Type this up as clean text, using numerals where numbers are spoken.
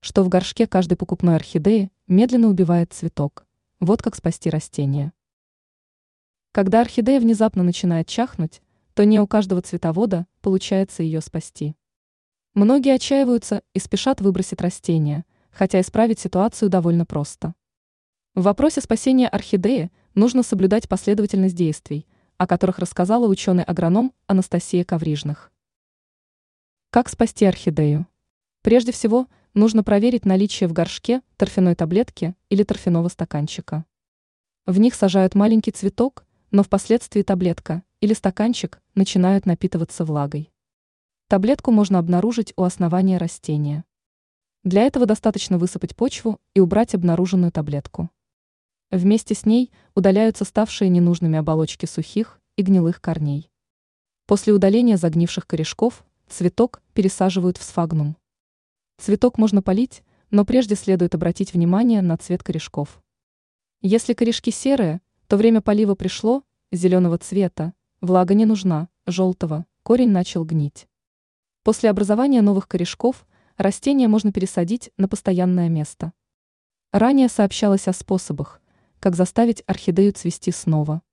что в горшке каждой покупной орхидеи медленно убивает цветок. Вот как спасти растение. Когда орхидея внезапно начинает чахнуть, то не у каждого цветовода получается ее спасти. Многие отчаиваются и спешат выбросить растение, хотя исправить ситуацию довольно просто. В вопросе спасения орхидеи нужно соблюдать последовательность действий, о которых рассказала ученый-агроном Анастасия Коврижных. Как спасти орхидею? Прежде всего, нужно проверить наличие в горшке торфяной таблетки или торфяного стаканчика. В них сажают маленький цветок, но впоследствии таблетка или стаканчик начинают напитываться влагой. Таблетку можно обнаружить у основания растения. Для этого достаточно высыпать почву и убрать обнаруженную таблетку. Вместе с ней удаляются ставшие ненужными оболочки сухих и гнилых корней. После удаления загнивших корешков цветок пересаживают в сфагнум. Цветок можно полить, но прежде следует обратить внимание на цвет корешков. Если корешки серые, то время полива пришло, зеленого цвета, влага не нужна, желтого, корень начал гнить. После образования новых корешков растение можно пересадить на постоянное место. Ранее сообщалось о способах, как заставить орхидею цвести снова.